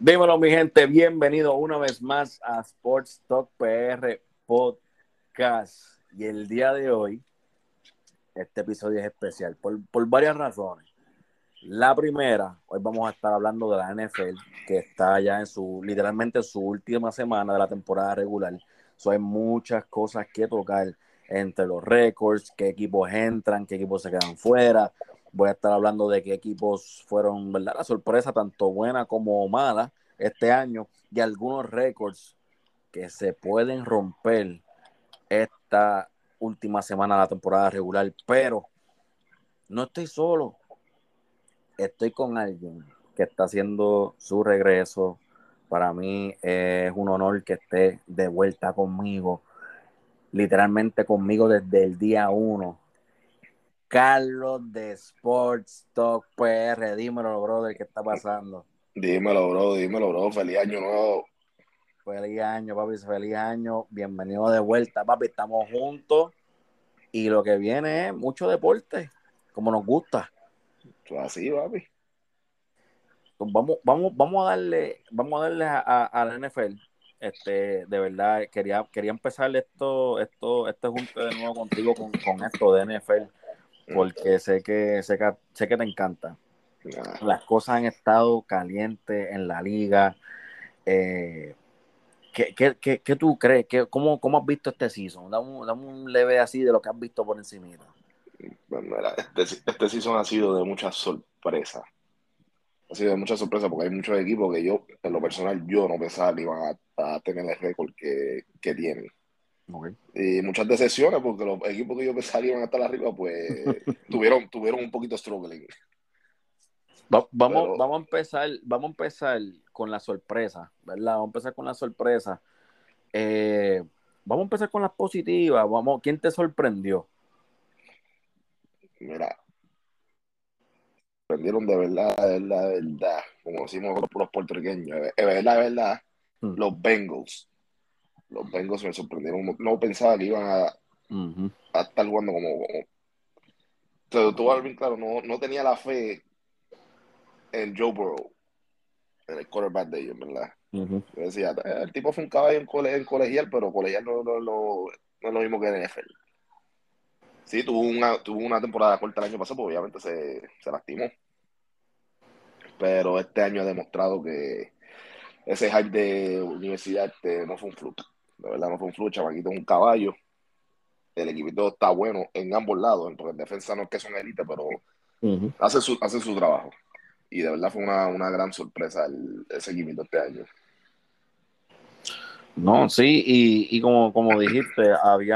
Dímelo, mi gente, bienvenido una vez más a Sports Talk PR Podcast. Y el día de hoy, este episodio es especial por varias razones. La primera, hoy vamos a estar hablando de la NFL, que está ya literalmente en su última semana de la temporada regular. Hay muchas cosas que tocar entre los récords, qué equipos entran, qué equipos se quedan fuera. Voy a estar hablando de qué equipos fueron, ¿verdad?, la sorpresa, tanto buena como mala este año, y algunos récords que se pueden romper esta última semana de la temporada regular. Pero no estoy solo. Estoy con alguien que está haciendo su regreso. Para mí es un honor que esté de vuelta conmigo, literalmente conmigo desde el día 1. Carlos de Sports Talk PR, dímelo, brother, ¿qué está pasando? Dímelo, bro. Feliz año nuevo. Feliz año, papi, feliz año. Bienvenido de vuelta, papi. Estamos juntos y lo que viene es mucho deporte, como nos gusta. Pues así, papi. Pues vamos a darle a la NFL. De verdad, quería empezar este junte de nuevo contigo con esto de NFL, porque sé que te encanta. Nah, Las cosas han estado calientes en la liga. Eh, ¿qué tú crees? ¿Cómo has visto este season? Dame un leve así de lo que has visto por encima. pues mira, este season ha sido de muchas sorpresas. Ha sido de muchas sorpresas porque hay muchos equipos que yo, en lo personal, yo no pensaba que iban a tener el récord que tienen. Okay. Y muchas decepciones porque los equipos que yo pensaba que iban a estar arriba, pues tuvieron un poquito struggling. Pero Vamos a empezar con la sorpresa, ¿verdad? Vamos a empezar con la sorpresa. Eh, Vamos a empezar con las positivas. ¿Quién te sorprendió? mira, perdieron de verdad, como decimos los puertorriqueños. De verdad, Mm. los Bengals. Los Bengals me sorprendieron. No pensaba que iban Uh-huh. a estar jugando tú vas bien claro, no tenía la fe en Joe Burrow, en el quarterback de ellos, ¿verdad? Uh-huh. Yo decía, el tipo fue un caballo en colegial, pero colegial no es lo mismo que en NFL. Sí, tuvo una temporada corta el año pasado, pues obviamente se lastimó. Pero este año ha demostrado que ese hype de universidad no fue un fluke. De verdad, no fue un fluke, chamaquito es un caballo. El equipito está bueno en ambos lados, porque en defensa no es que son élite, pero Uh-huh. hacen su trabajo. Y de verdad fue una gran sorpresa ese equipito este año. No, sí, y como dijiste,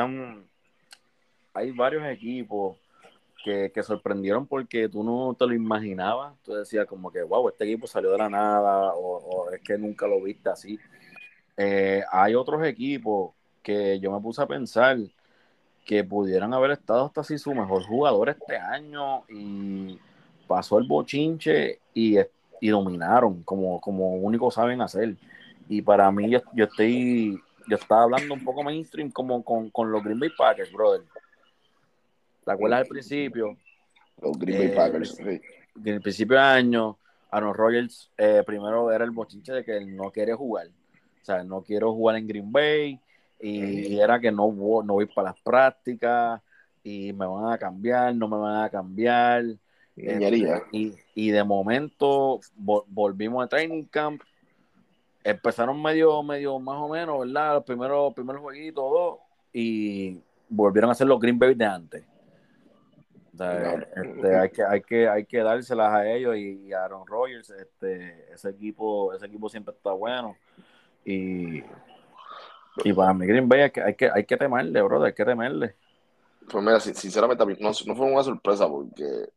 hay varios equipos que sorprendieron porque tú no te lo imaginabas. Tú decías como que, wow, este equipo salió de la nada, o es que nunca lo viste así. Hay otros equipos que yo me puse a pensar que pudieran haber estado hasta así su mejor jugador este año y pasó el bochinche y dominaron como único saben hacer. Y para mí, yo estaba hablando un poco mainstream como con los Green Bay Packers, brother. ¿Te acuerdas al principio? Los Green Bay Eh, Packers, sí. en el principio de año, Aaron Rodgers primero era el bochinche de que él no quiere jugar. O sea, no quiero jugar en Green Bay y era que no voy para las prácticas y me van a cambiar, no me van a cambiar. Ñería. Y de momento volvimos a training camp. Empezaron medio más o menos, ¿verdad? Los primeros jueguitos, dos, y volvieron a ser los Green Bay de antes. O sea, No, hay que dárselas a ellos y a Aaron Rodgers. Ese equipo siempre está bueno. Y, y para mí, Green Bay hay que temerle, bro. Hay que temerle. pues mira, sinceramente a mí no fue una sorpresa porque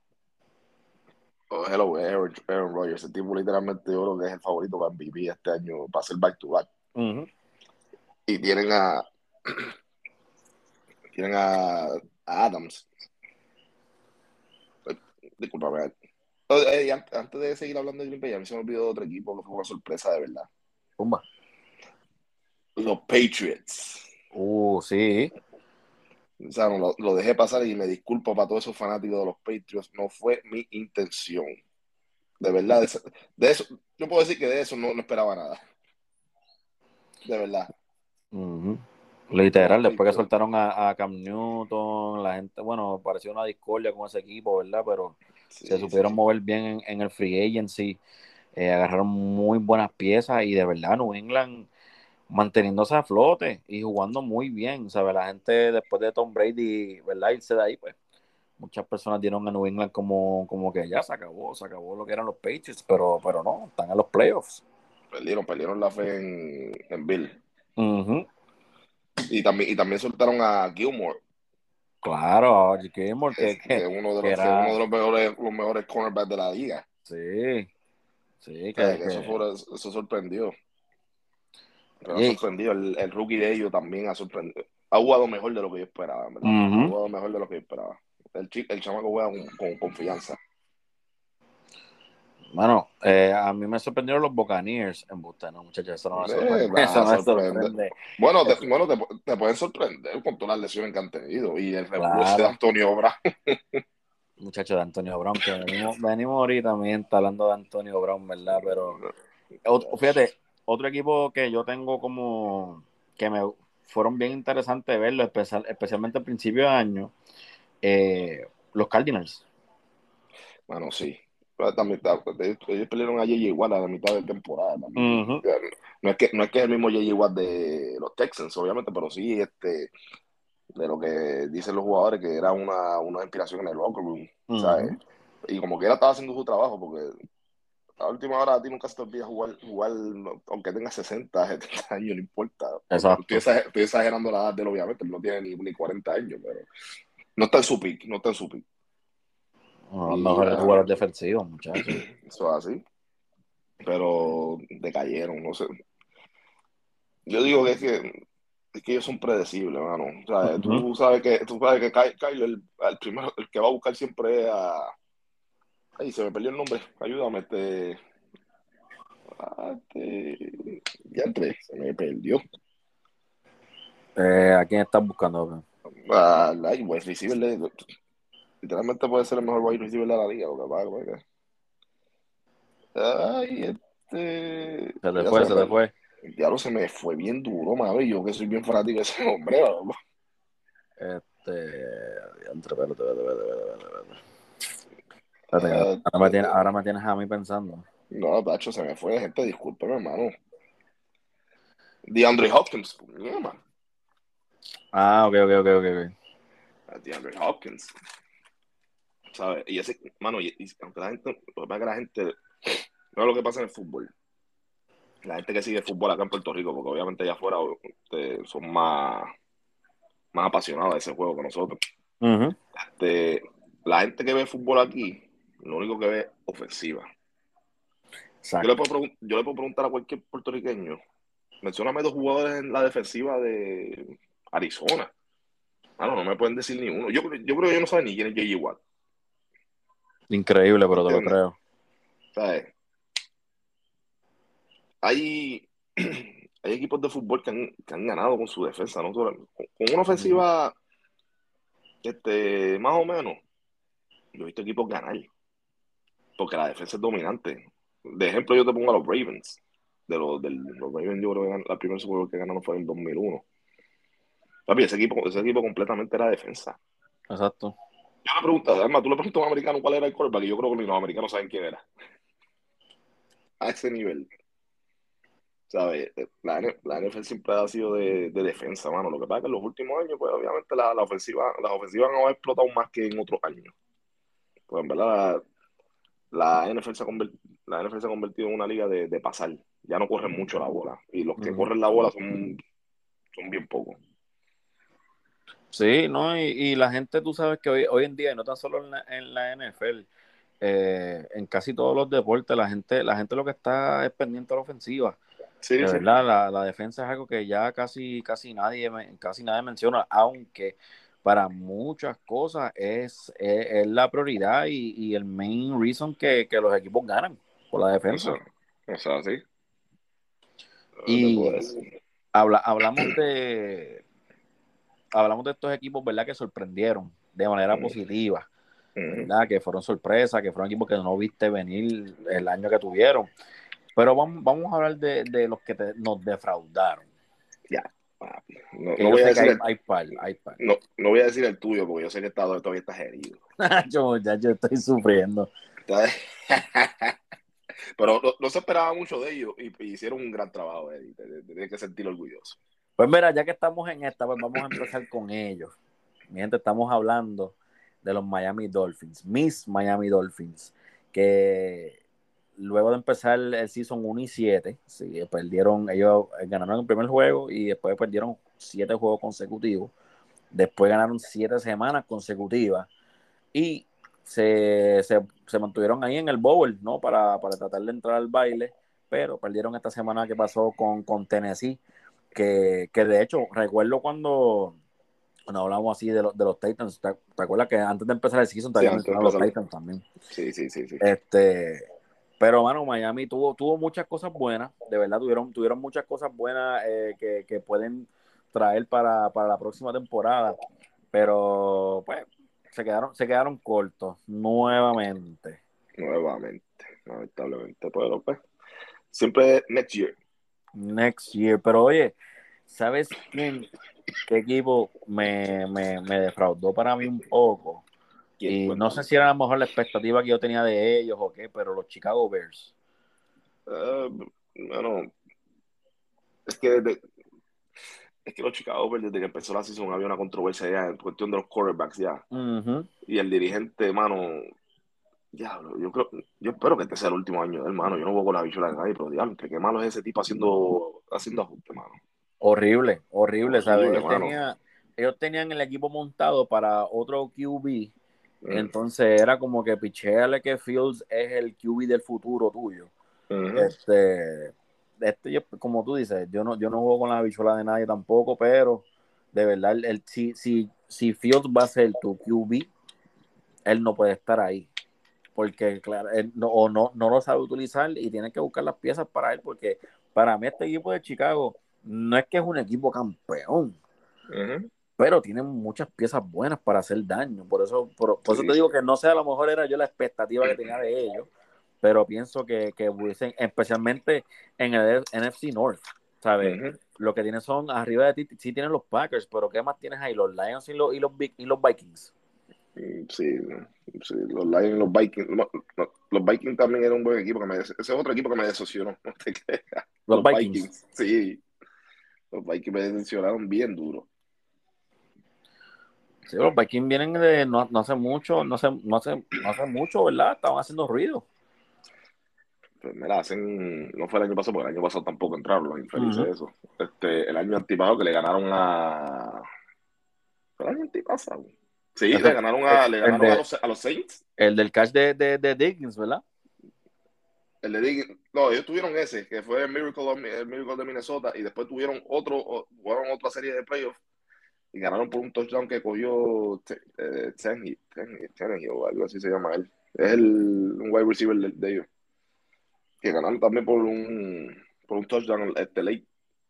hello, Aaron Rodgers, el tipo literalmente yo creo que es el favorito para MVP este año, para hacer back to back. Uh-huh. Y tienen a Adams. Discúlpame. Antes de seguir hablando de Green Bay, a mí se me olvidó otro equipo que fue una sorpresa de verdad. Pumba. Los Patriots. Sí. O sea, lo dejé pasar y me disculpo para todos esos fanáticos de los Patriots. No fue mi intención. De verdad, de eso, yo puedo decir que de eso no esperaba nada. De verdad. Uh-huh. Literal, No, y después que pues, soltaron a Cam Newton, la gente, bueno, pareció una discordia con ese equipo, ¿verdad? Pero se sí, sí, supieron sí. mover bien en el free agency, agarraron muy buenas piezas y de verdad New England manteniéndose a flote y jugando muy bien, ¿sabes? La gente después de Tom Brady, ¿verdad? Irse de ahí, pues muchas personas dieron a New England como que ya se acabó lo que eran los Patriots, pero no, están en los playoffs. Perdieron la fe en Bill. Uh-huh. Y también soltaron a Gilmore, Claro, a Gilmore, que es uno de que uno era, de los mejores cornerbacks de la liga. sí, sí, O sea, que eso sorprendió. Pero ha oye, sorprendido. El rookie de ellos también ha sorprendido. Ha jugado mejor de lo que yo esperaba, en ¿verdad? Ha uh-huh. jugado mejor de lo que yo esperaba. El chamaco juega con confianza. Bueno, a mí me sorprendieron los Buccaneers en Busta, no, muchachos, eso no me sorprende, eso Va a no me sorprender. sorprende. Bueno, Eso, te pueden sorprender con todas las lesiones que han tenido. Y el revuelo ese de claro, Antonio Brown. muchachos de Antonio Brown, que venimos ahorita también está hablando de Antonio Brown, ¿verdad? Pero fíjate, otro equipo que yo tengo como que me fueron bien interesantes verlo, especialmente al principio de año, los Cardinals. Bueno, sí. Pero también ellos pelearon a J.J. Watt a la mitad de temporada también. Uh-huh. No es que es el mismo J.J. Watt de los Texans, obviamente, pero sí de lo que dicen los jugadores, que era una inspiración en el locker room, ¿sabes? Uh-huh. Y como que él estaba haciendo su trabajo, porque a última hora a ti nunca se te olvida jugar aunque tenga 60 70 años, no importa. Exacto. Estoy exagerando la edad de él, obviamente, él no tiene ni 40 años, pero no está en su pick, no está en su pick. Uno de los Y mejores nada, jugadores defensivos, muchachos. eso es así. Pero decayeron, no sé. Yo digo que ellos son predecibles, mano. O sea, Uh-huh. tú sabes que Kyle, el primero, el que va a buscar siempre es a. Ay, se me perdió el nombre. Ayúdame, ya entré, se me perdió. ¿A quién estás buscando? Ay, wide receiver, literalmente puede ser el mejor wide receiver de la liga. Lo que pasa es ay, Se te ya se fue, me se te perdió. fue. Ya se me fue bien duro, mano. Y yo que soy bien fanático de ese hombre, mano. Espérate, Ah, ahora me tienes a mí pensando. No, Tacho, se me fue, gente, discúlpeme, hermano. DeAndre Hopkins, mierda. Ah, ok. DeAndre Hopkins, ¿sabes? Y ese, mano, y aunque la gente, lo que pasa es que la gente, no es lo que pasa en el fútbol. La gente que sigue el fútbol acá en Puerto Rico, porque obviamente allá afuera son más apasionados de ese juego que nosotros. Ujú. Este, la gente que ve fútbol aquí, lo único que ve es ofensiva. Exacto. Yo le puedo preguntar a cualquier puertorriqueño, mencióname dos jugadores en la defensiva de Arizona. No me pueden decir ni uno. Yo creo que yo no saben ni quién es J.J. Watt. Increíble, ¿Me pero te lo entiendes? creo. ¿Sabes? Hay, hay equipos de fútbol que han ganado con su defensa, ¿no? Con una Ujú. ofensiva más o menos. Yo he visto equipos ganar, porque la defensa es dominante. De ejemplo, yo te pongo a los Ravens. Los Ravens, yo creo que la primera Super Bowl que ganaron fue en 2001. Papi, ese equipo completamente era defensa. Exacto. Yo le pregunto, además, tú le preguntas a un americano cuál era el quarterback, y yo creo que ni los americanos saben quién era. A ese nivel. ¿Sabes? La NFL siempre ha sido de defensa, mano. Lo que pasa es que en los últimos años, pues obviamente las ofensivas han explotado más que en otros años. Pues en verdad, la NFL se ha convertido en una liga de pasar. Ya no corren mucho la bola. Y los que Ujú. corren la bola son bien pocos. Sí, ¿no? Y la gente, tú sabes que hoy en día, y no tan solo en la NFL, en casi todos los deportes, la gente lo que está es pendiente a la ofensiva. Sí, De sí. verdad, la defensa es algo que ya casi nadie menciona, aunque para muchas cosas es la prioridad y el main reason que los equipos ganan por la defensa. Eso es así. No te puedo Y decir. habla, hablamos de estos equipos, ¿verdad? Que sorprendieron de manera positiva. ¿verdad? Que fueron sorpresas, que fueron equipos que no viste venir el año que tuvieron. Pero vamos a hablar de los que nos defraudaron. Ya, papi. No, Que no yo voy a sé que decir hay par. no, no voy a decir el tuyo porque yo sé que todavía estás herido. yo estoy sufriendo. Pero no se esperaba mucho de ellos y hicieron un gran trabajo, Eddie. Tienes que sentir orgulloso. Pues mira, ya que estamos en esta, pues vamos a empezar con ellos. Mi gente, estamos hablando de los Miami Dolphins, mis Miami Dolphins, que luego de empezar el season 1 y 7, sí, ellos ganaron el primer juego y después perdieron 7 juegos consecutivos. Después ganaron 7 semanas consecutivas y se mantuvieron ahí en el bowl, ¿no? Para tratar de entrar al baile, pero perdieron esta semana que pasó con Tennessee, que de hecho recuerdo cuando hablamos así de los Titans, ¿te acuerdas que antes de empezar el season te Sí, había antes de mencionado los empezar. Titans también? Sí. Pero bueno, Miami tuvo muchas cosas buenas, de verdad tuvieron muchas cosas buenas que pueden traer para la próxima temporada, pero pues se quedaron cortos nuevamente. Nuevamente, lamentablemente. Pero pues, siempre next year. Next year, pero oye, ¿sabes qué equipo me defraudó para mí un poco? ¿Quién? Y no sé Cuéntame. si era a lo mejor la expectativa que yo tenía de ellos o qué, pero los Chicago Bears. Bueno, es que los Chicago Bears, desde que empezó la season, había una controversia ya en cuestión de los quarterbacks ya. Ujú. Y el dirigente, mano, diablo, yo espero que este sea el último año del mano. Yo no voy con la bichuela de nadie, pero diablo, qué malo es ese tipo haciendo ajustes, mano. Horrible, ¿sabes? Horrible, mano. Ellos tenían el equipo montado para otro QB, Mm. entonces era como que picheale que Fields es el QB del futuro tuyo. Ujú. Como tú dices, yo no juego con la bichuela de nadie tampoco, pero de verdad, si Fields va a ser tu QB, él no puede estar ahí. Porque, claro, él no lo sabe utilizar y tiene que buscar las piezas para él, porque para mí este equipo de Chicago no es que es un equipo campeón, Ujú. pero tiene muchas piezas buenas para hacer daño. Por eso te Sí. digo que no sé, a lo mejor era yo la expectativa que tenía de ellos, pero pienso que hubiesen, especialmente en el NFC North, ¿sabes? Ujú. Lo que tienen son arriba de ti, sí tienen los Packers, pero ¿qué más tienes ahí? Los Lions y los Vikings. Sí, sí, los Lions, los Vikings. Los Vikings también era un buen equipo ese es otro equipo que me decepcionó. No te creas. Los Los Vikings. Vikings, sí. Los Vikings me decepcionaron bien duro. Sí, los Vikings vienen de no hace mucho, no hace mucho, ¿verdad? Estaban haciendo ruido. Pues me la hacen, no fue el año pasado, porque el año pasado tampoco entraron los infelices Uh-huh. eso. El año antipasado que le ganaron a. ¿Fue el año antipasado? Sí, Ese fue le el, ganaron a de, los Saints. el del catch de Diggins, ¿verdad? El de no, ellos tuvieron ese, que fue el Miracle de Minnesota, y después tuvieron jugaron otra serie de playoffs y ganaron por un touchdown que cogió Tannehill o algo así se llama él. Es un wide receiver de ellos. Que ganaron también por un touchdown late.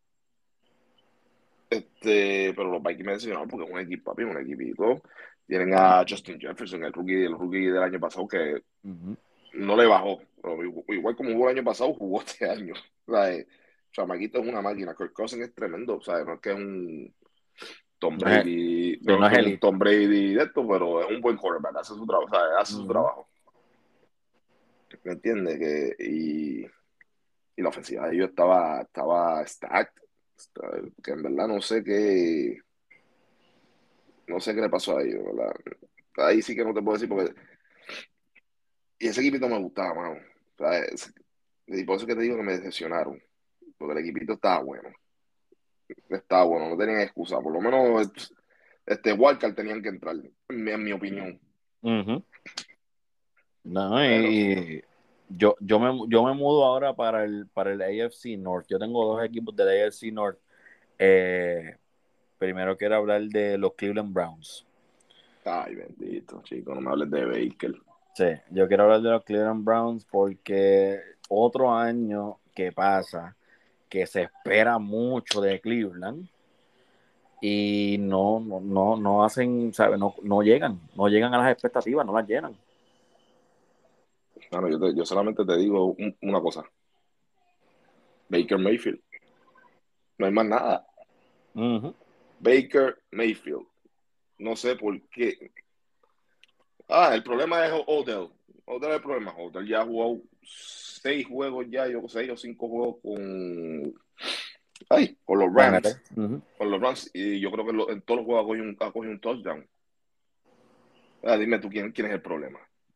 Pero los Vikings me decepcionaron porque es un equipo, papi, un equipito. Tienen a Justin Jefferson, el rookie del año pasado, que Uh-huh. no le bajó. Pero igual como jugó el año pasado, jugó este año. O sea, Chamaquito es una máquina. Kirk Cousins es tremendo. O sea, no es que es un Tom No es, Brady, sí, no no es es que es un elite. Tom Brady de esto, pero es un buen quarterback. Hace su trabajo. O sea, hace su Uh-huh. trabajo. ¿Me entiendes? Y la ofensiva de ellos estaba stacked. Que en verdad no sé qué le pasó a ellos, ¿verdad? Ahí sí que no te puedo decir porque. Y ese equipito me gustaba, mano. O sea, y por eso que te digo que me decepcionaron. Porque el equipito estaba bueno, no tenían excusa. Por lo menos Wildcard tenían que entrar, en mi opinión. Uh-huh. No, Pero, y yo me mudo ahora para el AFC North. Yo tengo dos equipos del AFC North. Eh, Primero quiero hablar de los Cleveland Browns. ay, bendito, chico, no me hables de Baker. Sí, yo quiero hablar de los Cleveland Browns porque otro año que pasa que se espera mucho de Cleveland y no hacen, ¿sabes? No llegan a las expectativas, no las llenan. Bueno, yo solamente te digo una cosa. Baker Mayfield. No hay más nada. Ujú. Baker Mayfield. No sé por qué. El problema es Odell. Odell es el problema. Odell ya ha jugado 6 juegos ya, yo 6 o 5 juegos con los Imagínate. Rams. Con los Rams. Y yo creo que en todos los juegos ha cogido un touchdown. Dime tú quién es el problema.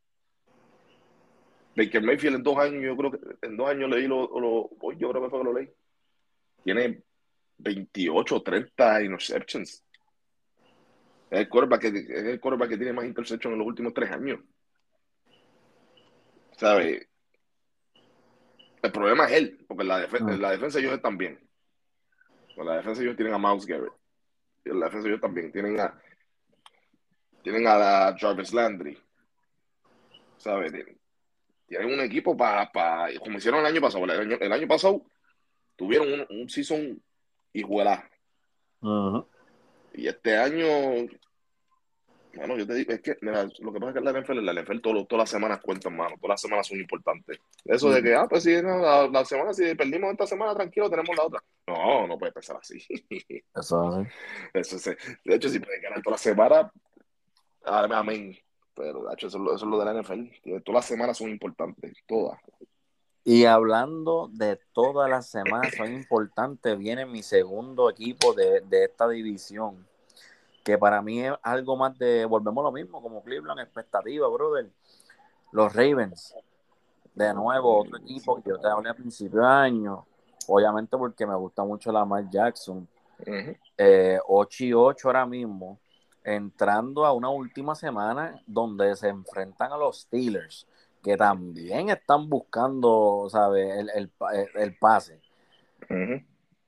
Baker Mayfield en 2 años, yo creo que en 2 años leí yo creo que fue que lo leí. Tiene 28 o 30 interceptions. Es el quarterback que tiene más interceptions en los últimos 3 años. ¿Sabes? El problema es él, porque Mm. en la defensa ellos están bien. En la defensa ellos tienen a Miles Garrett. Y en la defensa ellos también tienen a la Jarvis Landry. ¿Sabes? Tienen un equipo como hicieron el año pasado. El año pasado tuvieron un season igualado. Ujú. Y este año, bueno, yo te digo, es que mira, lo que pasa es que en la NFL todas las semanas cuentan, mano. Todas las semanas son importantes. Eso de Mm. que, pues sí, no, la semana, si perdimos esta semana, tranquilo, tenemos la otra. No, no puede pensar así. Eso es así. De hecho, si pueden ganar toda la semana, amén. Pero, de hecho, eso es lo de la NFL. Todas las semanas son importantes, todas. Y hablando de todas las semanas, son importantes, viene mi segundo equipo de esta división, que para mí es algo más volvemos a lo mismo, como Cleveland, expectativa, brother. Los Ravens, de nuevo, otro equipo que yo te hablé a principio de año, obviamente porque me gusta mucho Lamar Jackson. Ujú. 8-8 ahora mismo, entrando a una última semana donde se enfrentan a los Steelers, que también están buscando, ¿sabes? El pase. Ujú.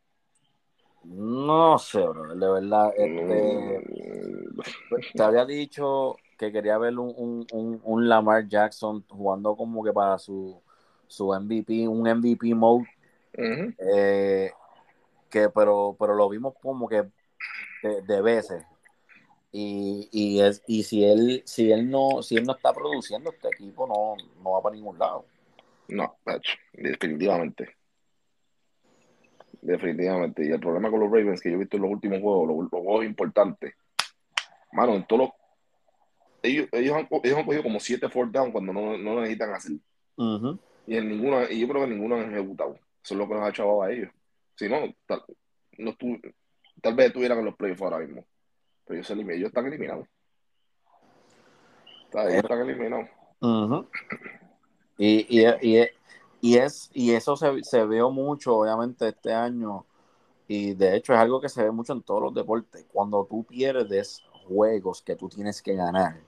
No sé, bro, de verdad, Mm, te había dicho que quería ver un Lamar Jackson jugando como que para su MVP, un MVP mode, ujú. eh, pero lo vimos como que de veces. Y si él no está produciendo, este equipo no va para ningún lado. No, macho, definitivamente. Definitivamente. Y el problema con los Ravens que yo he visto en los últimos juegos, los juegos importantes, mano, en todos los. Ellos han cogido como 7 fourth down cuando no necesitan hacer. Ujú. Y yo creo que ninguno han ejecutado. Eso es lo que nos ha echado a ellos. Si no, no tal vez estuvieran en los playoffs ahora mismo. Pero ellos están eliminados. Ellos Pero, están eliminados. ujú. Y, y, y, y eso se vio mucho, obviamente, este año. Y de hecho es algo que se ve mucho en todos los deportes. Cuando tú pierdes juegos que tú tienes que ganar.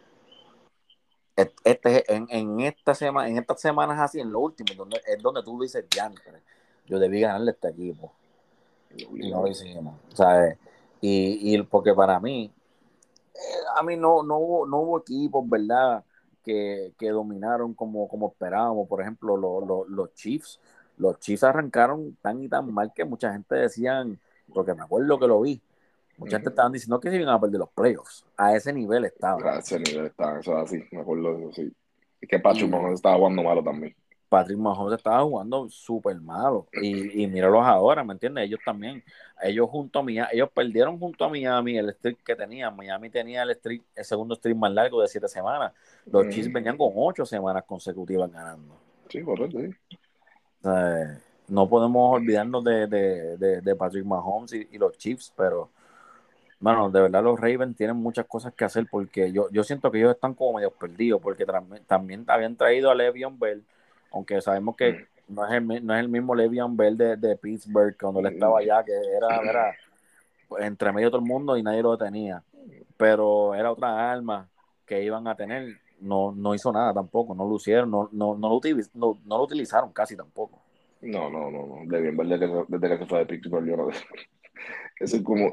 En estas semanas así, en lo último, es donde tú dices, ya, yo debí ganarle a este equipo. Y no lo hicimos, ¿sabes? Y porque para mí, a mí no hubo equipos, ¿verdad? Que dominaron como esperábamos. Por ejemplo, los Chiefs. Los Chiefs arrancaron tan y tan mal que mucha gente decían, porque me acuerdo que lo vi, mucha gente Ujú. estaban diciendo que se iban a perder los playoffs. A ese nivel estaban. A ese nivel está, eso es así, me acuerdo de eso, sí. Es que Patrick Y Mahomes estaba jugando malo también. Patrick Mahomes estaba jugando súper malo. Y míralos ahora, ¿me entiendes? Ellos también. Ellos perdieron junto a Miami el streak que tenían. Miami tenía el segundo streak más largo de 7 semanas. Los Chiefs Ujú. venían con 8 semanas consecutivas ganando. Sí, correcto, sí. O sea, no podemos olvidarnos de Patrick Mahomes y los Chiefs, pero, bueno, de verdad los Ravens tienen muchas cosas que hacer porque yo siento que ellos están como medio perdidos porque también habían traído a Le'Veon Bell, aunque sabemos que no es el mismo Le'Veon Bell de Pittsburgh cuando él estaba Mm. allá, que era entre medio de todo el mundo y nadie lo tenía, pero era otra arma que iban a tener. No hizo nada tampoco, no lo hicieron, no lo utilizaron casi tampoco. No, no, no, no. De bien, desde que se fue de Pittsburgh, yo no. Eso es como.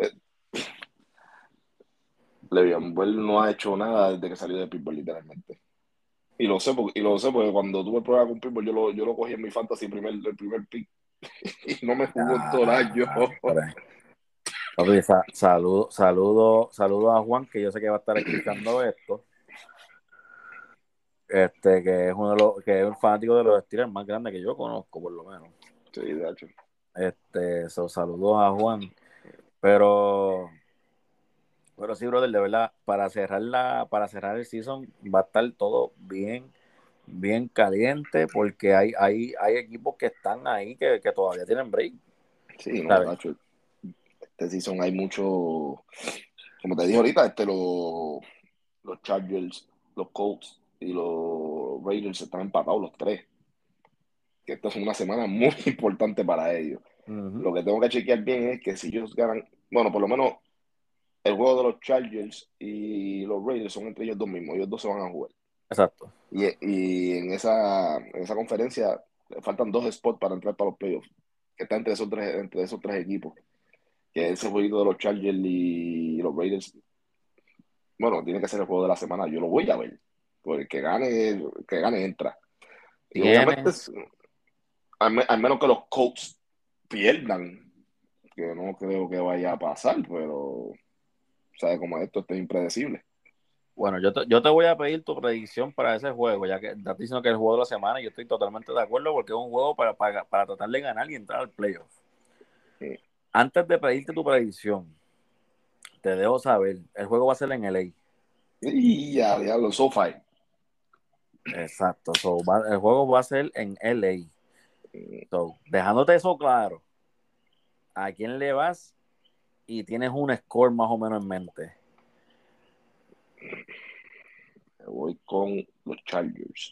Le'Veon Bell no ha hecho nada desde que salió de Pittsburgh, literalmente. Y lo sé porque cuando tuve el programa con Pittsburgh, yo lo cogí en mi fantasy el primer pick y no me jugó en todo el año. Ah, Papi, saludo a Juan, que yo sé que va a estar escuchando esto. Que es que es un fanático de los Steelers más grande que yo conozco, por lo menos. Sí, de hecho. Saludos a Juan. Pero, pero sí, brother, de verdad, para cerrar el season va a estar todo bien caliente, porque hay equipos que están ahí que todavía tienen break, Sí, no, ¿sabes? Nacho. Este season hay mucho, como te dije ahorita, los Chargers, los Colts y los Raiders están empatados los tres. Que esta es una semana muy importante para ellos. Uh-huh. Lo que tengo que chequear bien es que si ellos ganan, bueno, por lo menos el juego de los Chargers y los Raiders son entre ellos dos mismos, ellos dos se van a jugar. Exacto. Y en esa conferencia faltan dos spots para entrar para los playoffs, que está entre esos tres equipos. Que ese juego de los Chargers y los Raiders, bueno, tiene que ser el juego de la semana. Yo lo voy a ver, porque que gane entra. Y obviamente, Tiene, al menos que los Colts pierdan, que no creo que vaya a pasar, pero sabe cómo esto es impredecible. bueno, yo te voy a pedir tu predicción para ese juego, ya que estás diciendo que es el juego de la semana, y yo estoy totalmente de acuerdo porque es un juego para tratar de ganar y entrar al playoff. Sí. Antes de pedirte tu predicción, te dejo saber, el juego va a ser en LA. Y ya los SoFi. Exacto, el juego va a ser en LA. So, dejándote eso claro, ¿a quién le vas? Y tienes un score más o menos en mente. Voy con los Chargers.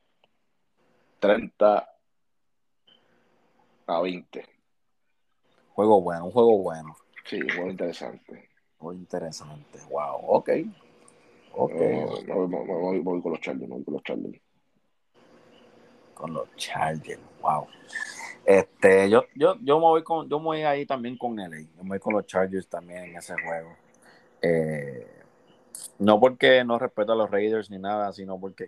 30-20. Juego bueno, un juego bueno. Sí, muy interesante. Muy interesante. Wow, ok, ok. Me voy con los Chargers, me voy con los Chargers. Con los Chargers, wow. Yo me voy ahí también con LA. Yo me voy con los Chargers también en ese juego. Eh, no porque no respeto a los Raiders ni nada, sino porque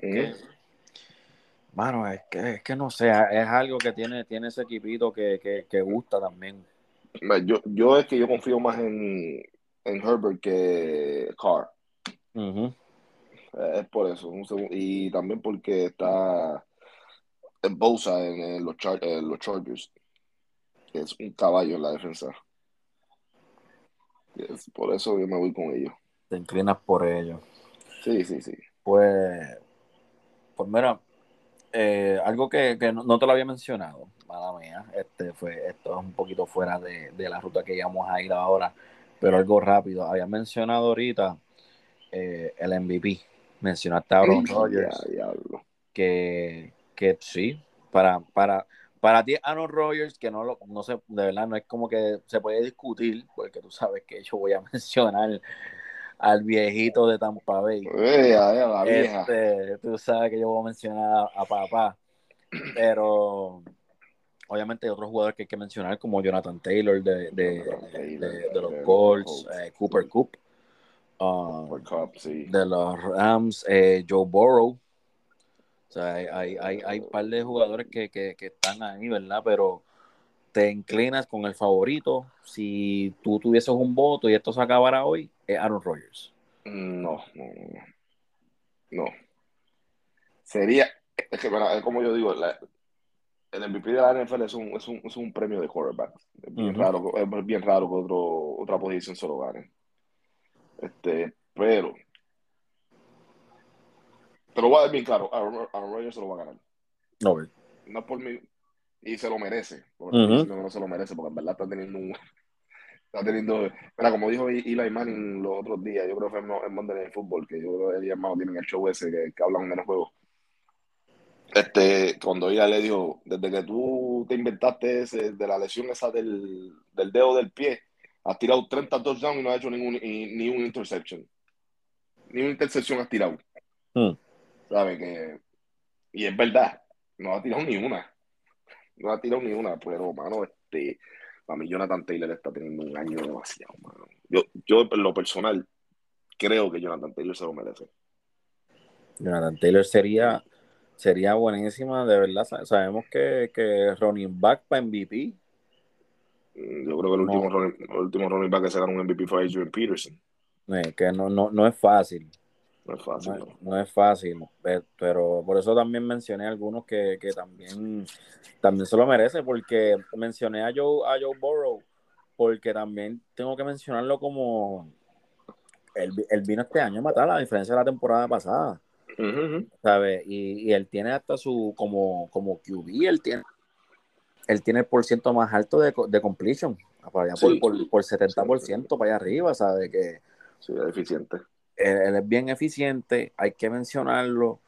mano, es que no sé, es algo que tiene ese equipito que gusta también. Yo es que yo confío más en Herbert que Carr. Ujú. Es por eso. Y también porque está Bosa en los Chargers, que es un caballo en la defensa. Por eso yo me voy con ellos. Te inclinas por ello. Sí, sí, sí. Pues, pues mira, algo que no te lo había mencionado, mala mía, esto es un poquito fuera de la ruta que íbamos a ir ahora, pero algo rápido. Había mencionado ahorita el MVP. Mencionaste a Aaron Y ya, Rodgers, diablo. que sí, para ti Aaron Rodgers, que no sé, de verdad no es como que se puede discutir, porque tú sabes que yo voy a mencionar al viejito de Tampa Bay. La vieja. Tú sabes que yo voy a mencionar a papá, pero obviamente hay otros jugadores que hay que mencionar, como Jonathan Taylor Jonathan Taylor, de los de los Colts, Colts. Cooper Cup, Cooper Kupp, sí. de los Rams, Joe Burrow. O sea, hay un par de jugadores que están ahí, ¿verdad? Pero te inclinas con el favorito. Si tú tuvieses un voto y esto se acabara hoy, es Aaron Rodgers. No, no, no. No. Sería, es que, bueno, es como yo digo, el MVP de la NFL es un premio de quarterback. Ujú. Es bien raro que otra posición se lo gane. Pero, te lo voy a dar bien claro, Aaron Rodgers se lo va a ganar. No, No por mí, y se lo merece, porque no estoy ujú. diciendo que no se lo merece, porque en verdad está teniendo, mira, como dijo Eli Manning los otros días, yo creo que fue en Monday Night Football, que yo creo que él y hermano tienen el show ese que hablan de los juegos. Cuando ella le dijo, desde que tú te inventaste de la lesión esa del dedo del pie, has tirado 30 touchdowns y no has hecho ni un interception. Ni una intercepción has tirado. Mm. ¿Sabe? Y es verdad, no ha tirado ni una. No ha tirado ni una, pero, mano, para mí Jonathan Taylor está teniendo un año demasiado, mano. Yo en lo personal, creo que Jonathan Taylor se lo merece. Jonathan Taylor sería buenísima, de verdad. Sabemos que running back para MVP Yo creo que No, el último running back que se ganó un MVP fue Adrian Peterson. que no es fácil. No es fácil, ¿no? No es fácil, pero por eso también mencioné algunos que también se lo merece, porque mencioné a Joe Burrow, porque también tengo que mencionarlo como él vino este año a matar, a diferencia de la temporada pasada, Ujú. ¿sabes? Y él tiene hasta como QB, él tiene el porciento más alto de completion, para allá por, Sí, por, por sí, 70% para allá arriba, ¿sabes? Que sí, es eficiente. él es bien eficiente, hay que mencionarlo,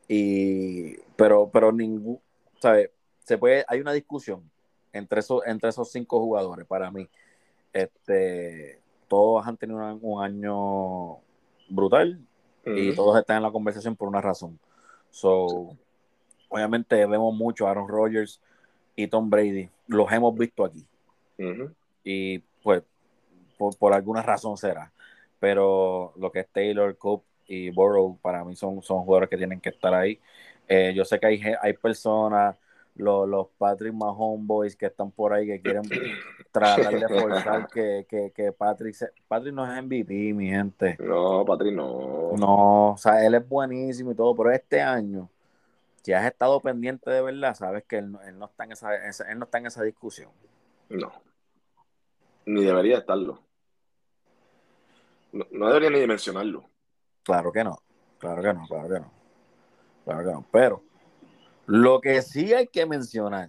pero ningún, ¿sabes? Hay una discusión entre esos 5 jugadores para mí. Este, todos han tenido un año brutal y Ujú, todos están en la conversación por una razón. sí, So, obviamente vemos mucho a Aaron Rodgers y Tom Brady, los hemos visto aquí ujú. y pues por alguna razón será. Pero lo que es Taylor, Cook y Burrow, para mí son jugadores que tienen que estar ahí. Yo sé que hay personas, los Patrick Mahomes Boys que están por ahí que quieren tratar de forzar que Patrick no es MVP, mi gente. No, Patrick, no. No, o sea, él es buenísimo y todo, pero este año, si has estado pendiente de verdad, sabes que él no está él no está en esa discusión. No, ni debería estarlo. No, no debería ni de mencionarlo. Claro que no, claro que no, claro que no, claro que no. Pero Lo que sí hay que mencionar,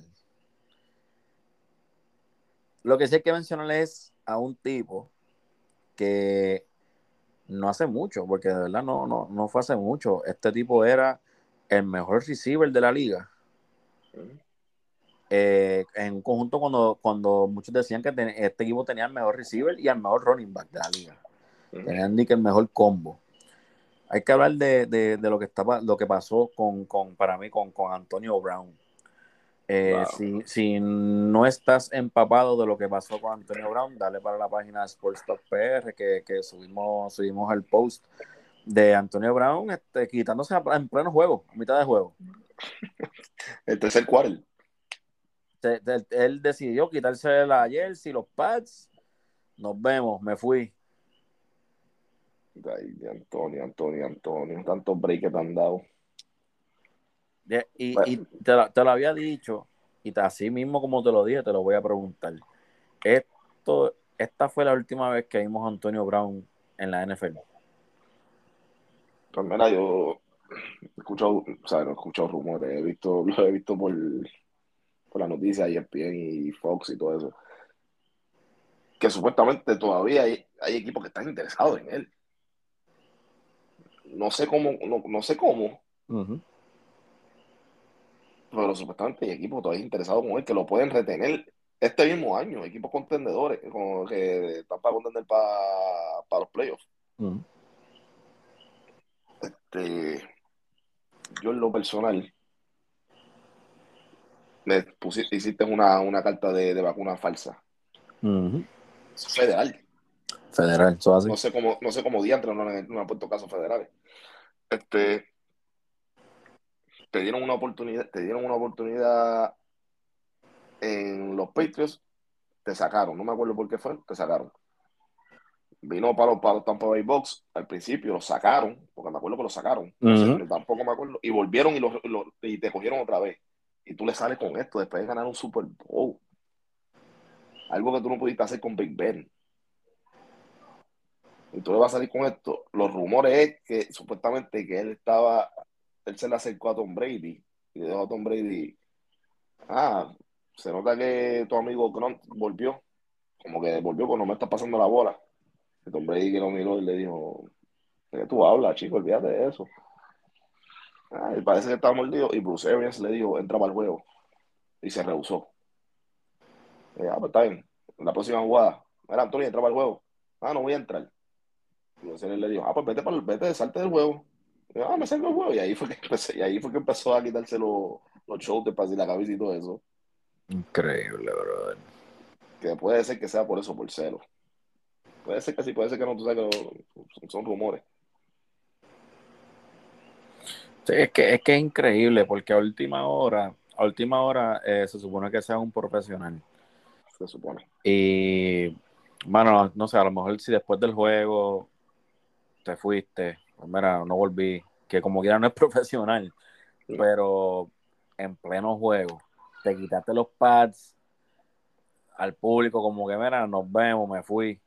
lo que sí hay que mencionar es a un tipo que no hace mucho, porque de verdad no fue hace mucho. Este tipo era el mejor receiver de la liga. Ujú, En un conjunto cuando muchos decían que este equipo tenía el mejor receiver y el mejor running back de la liga. ujú. Tenían ni que el mejor combo. Hay que hablar de lo que pasó para mí con Antonio Brown. Wow. Si no estás empapado de lo que pasó con Antonio Brown, dale para la página de Sports Talk PR que subimos el post de Antonio Brown quitándose en pleno juego, a mitad de juego. El tercer quarter. Él decidió quitarse la jersey, los pads. Nos vemos, me fui. Ay, de Antonio. Tantos breaks que te han dado. Y te lo había dicho, y así mismo como te lo dije, te lo voy a preguntar. Esta fue la última vez que vimos a Antonio Brown en la NFL. Pues mira, yo he escuchado, o sea, no he escuchado rumores, lo he visto por las noticias, ESPN y Fox y todo eso, que supuestamente todavía hay equipos que están interesados en él. No sé cómo, no sé cómo, Uh-huh. pero supuestamente hay equipos todavía interesados en él que lo pueden retener este mismo año, equipos contendedores, como que están para contender para los playoffs. Uh-huh. Yo en lo personal, hiciste una carta de vacuna falsa. Uh-huh. Es federal. Federal, eso así. No sé cómo diantres no han puesto casos federales. Este, te dieron una oportunidad en los Patriots, te sacaron. No me acuerdo por qué fue, te sacaron. Vino para los Tampa Bay Bucks, al principio lo sacaron, porque me acuerdo que lo sacaron. No sé, Uh-huh. tampoco me acuerdo. Y volvieron y te cogieron otra vez. Y tú le sales con esto después de ganar un Super Bowl. Algo que tú no pudiste hacer con Big Ben. Y tú le vas a salir con esto. Los rumores es que supuestamente que él se le acercó a Tom Brady y le dijo a Tom Brady, ah, se nota que tu amigo Gronk volvió, como que volvió cuando no me está pasando la bola. Y Tom Brady que lo miró y le dijo, ¿de qué tú hablas, chico? Olvídate de eso. Y parece que estaba mordido y Bruce Arians le dijo, entra para el juego y se rehusó. Pues está bien, en la próxima jugada, mira, Antonio, entra para el juego. No voy a entrar. Y Bruce Arians le dijo, pues vete, salte del juego. Me salgo del juego. Y ahí fue que empezó a quitarse los shoulders para la cabeza y todo eso. Increíble, brother. Que puede ser que sea por eso, por celo. Puede ser que sí, puede ser que no, tú sabes que son rumores. Sí, es que es increíble porque a última hora se supone que sea un profesional. se supone. Y, bueno, no sé, a lo mejor si después del juego te fuiste, pues mira, no volví, que como quiera no es profesional, No, pero en pleno juego, te quitaste los pads al público, como que mira, nos vemos, me fui.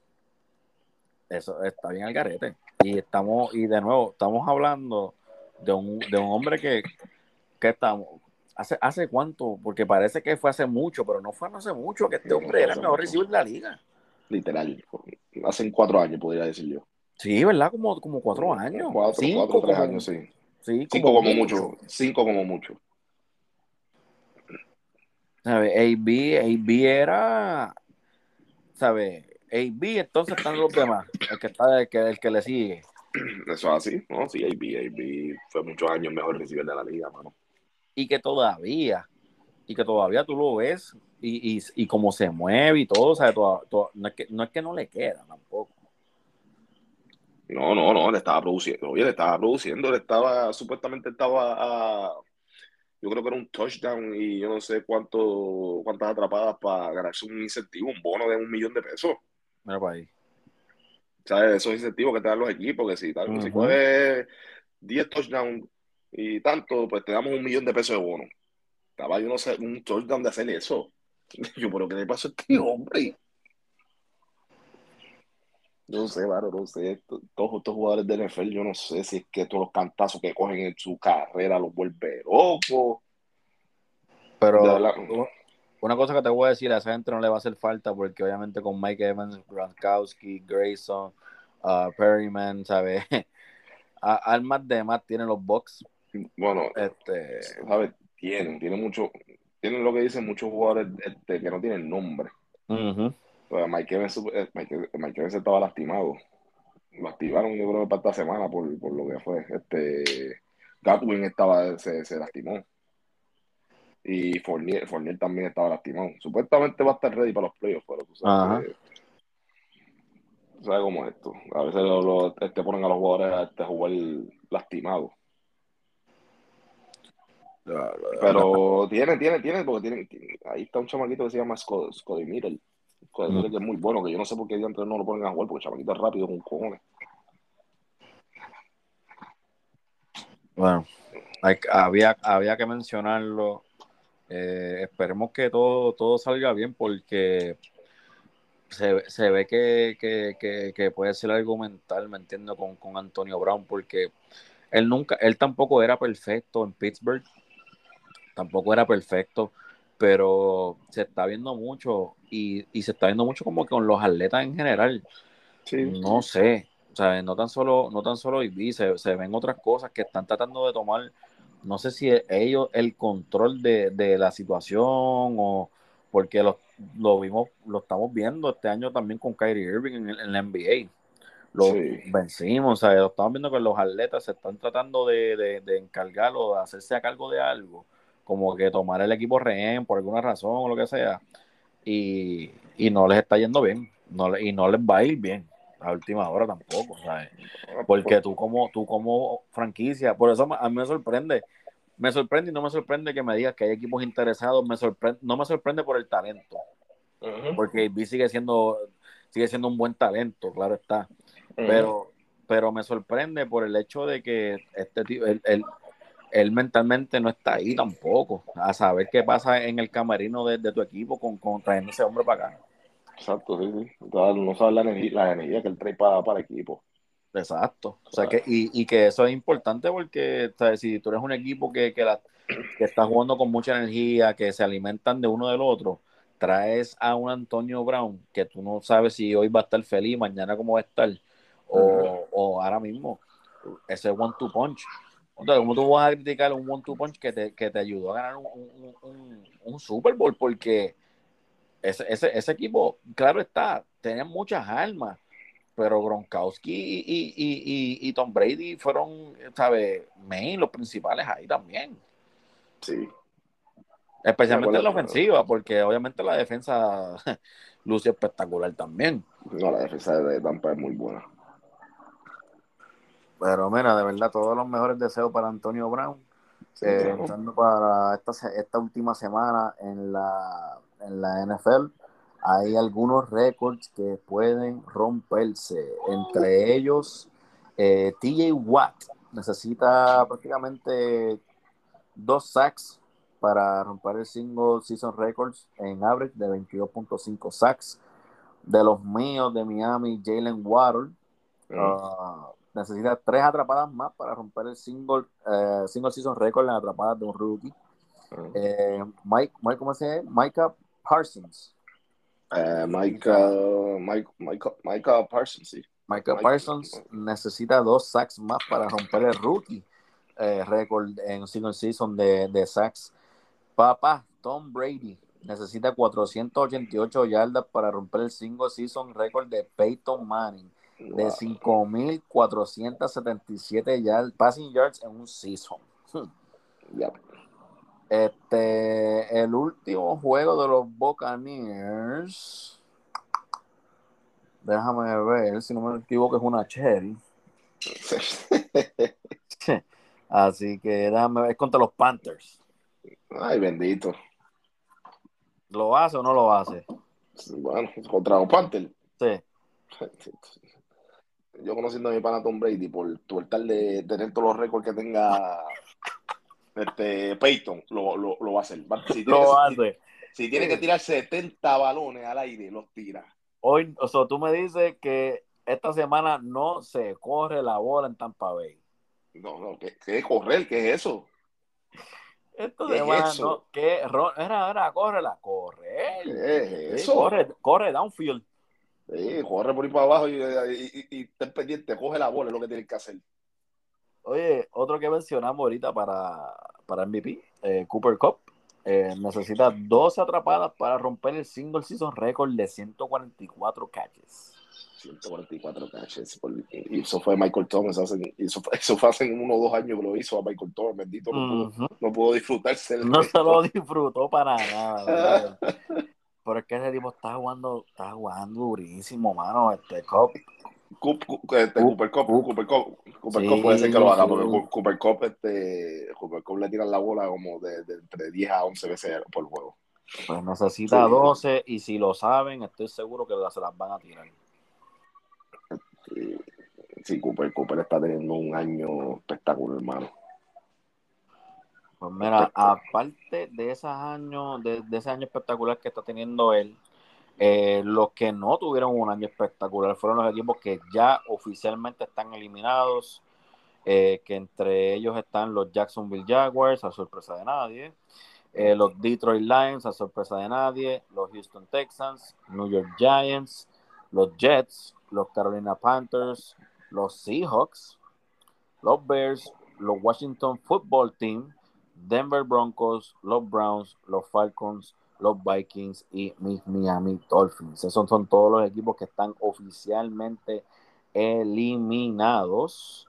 Eso está bien al garete. Y de nuevo, estamos hablando de un hombre que estamos. ¿Hace cuánto? Porque parece que fue hace mucho, pero no fue hace mucho que este no hombre fue era el hace mejor mucho. receiver de la liga. Literal. Hace 4 años, podría decir yo. Sí, ¿verdad? Como 4 años. Cuatro, Cinco 3 años, como, sí. sí, como 5 como mucho. mucho. 5 como mucho. ¿Sabes? AB era, ¿sabes? AB, entonces están los demás. El que le sigue. Eso es así, ¿no? Sí, AB fue muchos años mejor receiver de la liga, mano. Y que todavía, y que todavía tú lo ves y cómo se mueve y todo, ¿sabes? No es que no le queda tampoco. No, le estaba produciendo. Oye, le estaba produciendo, supuestamente yo creo que era un touchdown y yo no sé cuántas atrapadas para ganarse un incentivo, un bono de $1 millón. Mira para ahí. ¿Sabes? Esos incentivos que te dan los equipos, que si Ujú. coges 10 touchdowns y tanto, pues te damos $1 millón de bono. Estaba yo no sé, un touchdown de hacer eso. Yo, pero ¿qué le pasó a este hombre? No sé, mano, no sé. Todos estos jugadores de NFL, yo no sé si es que todos los cantazos que cogen en su carrera los vuelve locos. De Pero verdad, una cosa que te voy a decir, a esa gente no le va a hacer falta porque obviamente con Mike Evans, Gronkowski, Grayson, Perryman, ¿sabes? Almas de más tienen los Bucks. bueno, Este, ¿sabes? Tienen lo que dicen muchos jugadores que no tienen nombre. ujú. Pues Mike Evans estaba lastimado. Lo activaron, yo creo que para esta semana por lo que fue. Godwin se lastimó. Y Fournier también estaba lastimado. Supuestamente va a estar ready para los playoffs, pero Ajá. tú sabes cómo es esto. A veces ponen a los jugadores a jugar lastimados. Pero ahí está un chamaquito que se llama Scotty Miller. Scotty Mm. Miller que es muy bueno, que yo no sé por qué antes no lo ponen a jugar, porque el chamaquito es rápido con cojones. Bueno, había que mencionarlo. Esperemos que todo salga bien porque se ve que puede ser argumental, me entiendo, con Antonio Brown, porque él tampoco era perfecto en Pittsburgh, tampoco era perfecto, pero se está viendo mucho y se está viendo mucho como que con los atletas en general. Sí, No sé, o sea, no tan solo IB, se ven otras cosas que están tratando de tomar, no sé si ellos el control de la situación o porque lo estamos viendo este año también con Kyrie Irving en la NBA. Lo sí. vencimos, o sea, lo estamos viendo que los atletas se están tratando de encargar o de hacerse a cargo de algo, como que tomar el equipo rehén por alguna razón o lo que sea, y no les está yendo bien, y no les va a ir bien a última hora tampoco, ¿sabes? Ah, pues, Porque tú como franquicia, por eso a mí me sorprende y no me sorprende que me digas que hay equipos interesados, no me sorprende por el talento, ujú, porque B sigue siendo un buen talento, claro está, ujú. pero me sorprende por el hecho de que este tío, él mentalmente no está ahí tampoco, a saber qué pasa en el camerino de tu equipo con trayendo ese hombre para acá. Exacto, sí, sí. Entonces, no sabes la energía que él trae para el equipo. Exacto. O O sea que, sea, y que eso es importante porque, ¿sabes? Si tú eres un equipo que está jugando con mucha energía, que se alimentan de uno del otro, traes a un Antonio Brown que tú no sabes si hoy va a estar feliz, mañana cómo va a estar, ujú. o ahora mismo, ese one-two punch. Entonces, ¿cómo tú vas a criticar un one-two punch que te ayudó a ganar un Super Bowl? Porque ese equipo, claro está, tenía muchas armas, pero Gronkowski y Tom Brady fueron, ¿sabes? Los principales ahí también. Sí, me Especialmente en la acuerdo. ofensiva, porque obviamente la defensa luce espectacular también. No, la defensa de Tampa es muy buena. Pero mira, de verdad, todos los mejores deseos para Antonio Brown, Sí, claro. entrando para esta última semana en la NFL. hay algunos récords que pueden romperse. Entre ellos, TJ Watt necesita prácticamente 2 sacks para romper el single season records en average de 22.5 sacks. De los míos de Miami, Jalen Waddle necesita 3 atrapadas más para romper el single season record en atrapadas de un rookie. ¿Cómo se llama? Micah Parsons. Micah Parsons, sí. Micah Parsons necesita 2 sacks más para romper el rookie récord en single season de sacks. Papá, Tom Brady necesita 488 yardas para romper el single season record de Peyton Manning de 5.477 passing yards en un season. Yep. El último juego de los Buccaneers, déjame ver, si no me equivoco, es una Cherry. Así que déjame ver, es contra los Panthers. Ay, bendito. ¿Lo hace o no lo hace? Bueno, contra los Panthers. Sí. Yo conociendo a mi pana Tom Brady por tal de tener todos los récords que tenga Peyton, lo va a hacer. Si tiene que tirar 70 balones al aire, los tira. Hoy, o sea, tú me dices que esta semana no se corre la bola en Tampa Bay. No, ¿qué es correr? ¿Qué es eso? Esta semana es no, ¿qué? Córrela, correr. ¿Qué es sí, eso? Corre downfield. Sí, corre por ahí para abajo y ten pendiente, coge la bola, es lo que tienes que hacer. Oye, otro que mencionamos ahorita para MVP, Cooper Kupp, necesita 12 atrapadas para romper el single season record de 144 catches. 144 catches. Y eso fue Michael Thomas. Eso fue hace 1 o 2 años que lo hizo a Michael Thomas. Bendito, no pudo disfrutarse. No se lo disfrutó para nada. Pero es que ese tipo está jugando durísimo, mano. Kupp. Cooper Kupp puede ser que lo haga, porque Cooper Kupp le tiran la bola como de entre 10 a 11 veces por juego. Pues necesita 12 y si lo saben, estoy seguro que se las van a tirar. Sí, Cooper está teniendo un año espectacular, hermano. Pues mira, aparte de ese año espectacular que está teniendo él, los que no tuvieron un año espectacular fueron los equipos que ya oficialmente están eliminados, que entre ellos están los Jacksonville Jaguars, a sorpresa de nadie, los Detroit Lions, a sorpresa de nadie, los Houston Texans, New York Giants, los Jets, los Carolina Panthers, los Seahawks, los Bears, los Washington Football Team, Denver Broncos, los Browns, los Falcons, los Vikings y mis Miami Dolphins. Esos son todos los equipos que están oficialmente eliminados.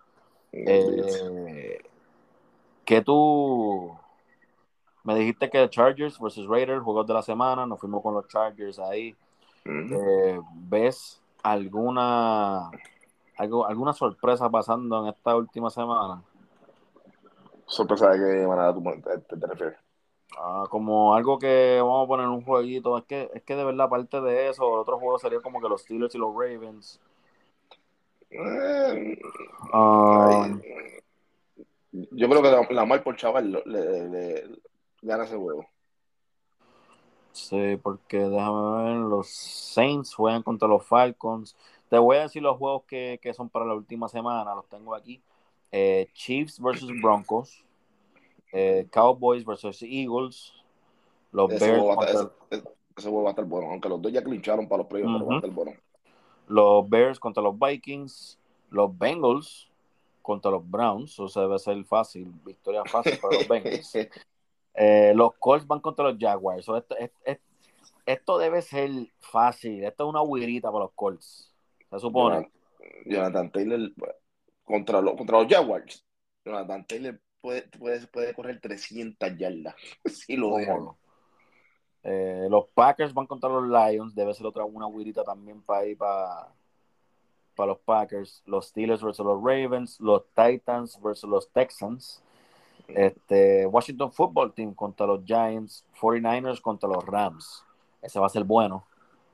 Que tú me dijiste que Chargers versus Raiders, juegos de la semana, nos fuimos con los Chargers ahí. ¿Ves alguna sorpresa pasando en esta última semana? ¿Sorpresa de qué manera te refieres? Como algo que vamos a poner en un jueguito. Es que de verdad, aparte de eso, el otro juego sería como que los Steelers y los Ravens. Yo creo que la mal por chaval le gana ese juego. Sí, porque déjame ver, los Saints juegan contra los Falcons. Te voy a decir los juegos que son para la última semana, los tengo aquí. Chiefs versus Broncos, Cowboys versus Eagles, los Bears ese juego va a estar bueno, aunque los dos ya clincharon para los playoffs, pero va a estar bueno. Los Bears contra los Vikings, los Bengals contra los Browns, eso debe ser fácil, victoria fácil para los Bengals. Los Colts van contra los Jaguars. Esto debe ser fácil. Esto es una huirita para los Colts, se supone. Jonathan Taylor contra los Jaguars. Jonathan Taylor puede correr 300 yardas si lo dejan. Los Packers van contra los Lions. Debe ser una huirita también para los Packers. Los Steelers versus los Ravens. Los Titans versus los Texans. Washington Football Team contra los Giants. 49ers contra los Rams. Ese va a ser bueno.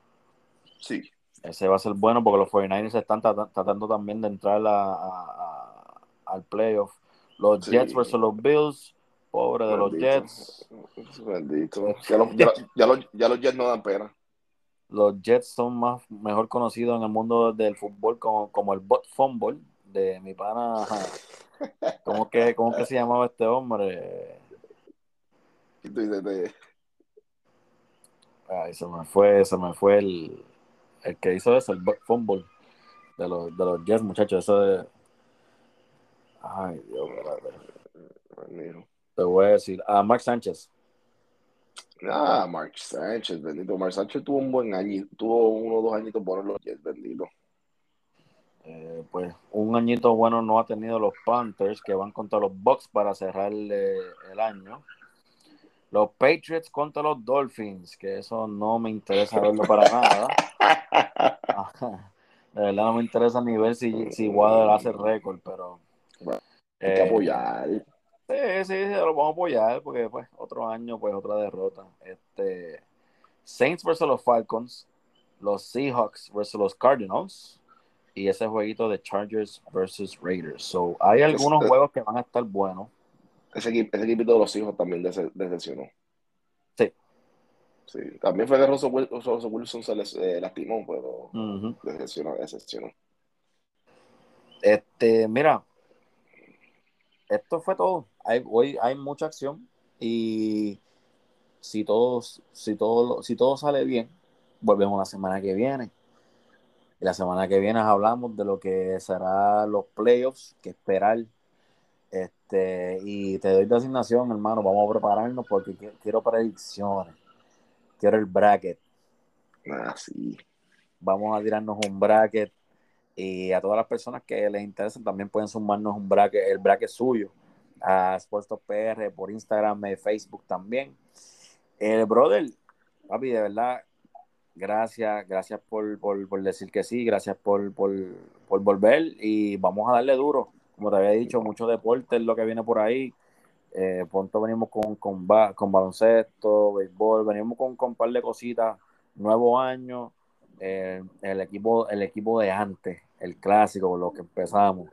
Sí. Ese va a ser bueno porque los 49ers están tratando también de entrar al playoff. Los Jets Sí, versus los Bills. Pobre de los bendito. Jets. Bendito. Ya los Jets no dan pena. Los Jets son mejor conocidos en el mundo del fútbol como el bot fumble de mi pana. ¿Cómo que se llamaba este hombre? Y tú dices, Ay, se me fue el que hizo eso, el bot fumble de los Jets, muchachos. Eso de. Ay, Dios, espérate. bendito. Te voy a decir. Mark Sánchez. Mark Sánchez, bendito. Mark Sánchez tuvo un buen año, tuvo 1 o 2 añitos buenos los Jets, bendito. Pues un añito bueno no ha tenido los Panthers, que van contra los Bucks para cerrar el año. Los Patriots contra los Dolphins, que eso no me interesa verlo para nada. Ajá. De verdad no me interesa ni ver si Waddle hace récord, pero Bueno, hay que eh, apoyar. sí, sí, lo vamos a apoyar porque pues otro año, pues otra derrota. Saints versus los Falcons, los Seahawks versus los Cardinals y ese jueguito de Chargers versus Raiders. So, hay Es- algunos es- juegos que van a estar buenos. ese equipito de los hijos también decepcionó. Sí. Sí, también fue que Russell Wilson se les lastimó, pero Ujú. decepcionó. Mira, esto fue todo. Hoy hay mucha acción y si todo sale bien, volvemos la semana que viene. Y la semana que viene hablamos de lo que será los playoffs, que esperar. Y te doy de asignación, hermano. Vamos a prepararnos porque quiero predicciones. Quiero el bracket. Sí. Vamos a tirarnos un bracket. Y a todas las personas que les interesen también pueden sumarnos un bracket, el bracket suyo a Sports Talk PR por Instagram y Facebook también. Brother, papi, de verdad, gracias por decir que sí, gracias por volver y vamos a darle duro. Como te había dicho, mucho deporte es lo que viene por ahí. Pronto venimos con baloncesto, béisbol, venimos con un par de cositas, nuevo año, el equipo de antes, el clásico, con lo que empezamos.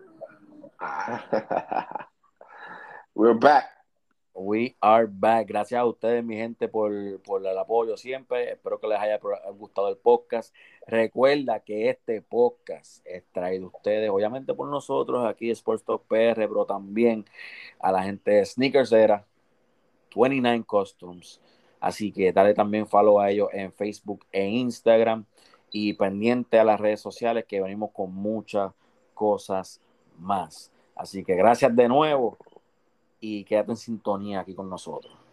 We're back. We are back. Gracias a ustedes, mi gente, por el apoyo siempre. Espero que les haya gustado el podcast. Recuerda que este podcast es traído a ustedes, obviamente por nosotros aquí, Sports Talk PR, pero también a la gente de Sneakers Era, 29 Customs. Así que dale también follow a ellos en Facebook e Instagram y pendiente a las redes sociales que venimos con muchas cosas más. Así que gracias de nuevo y quédate en sintonía aquí con nosotros.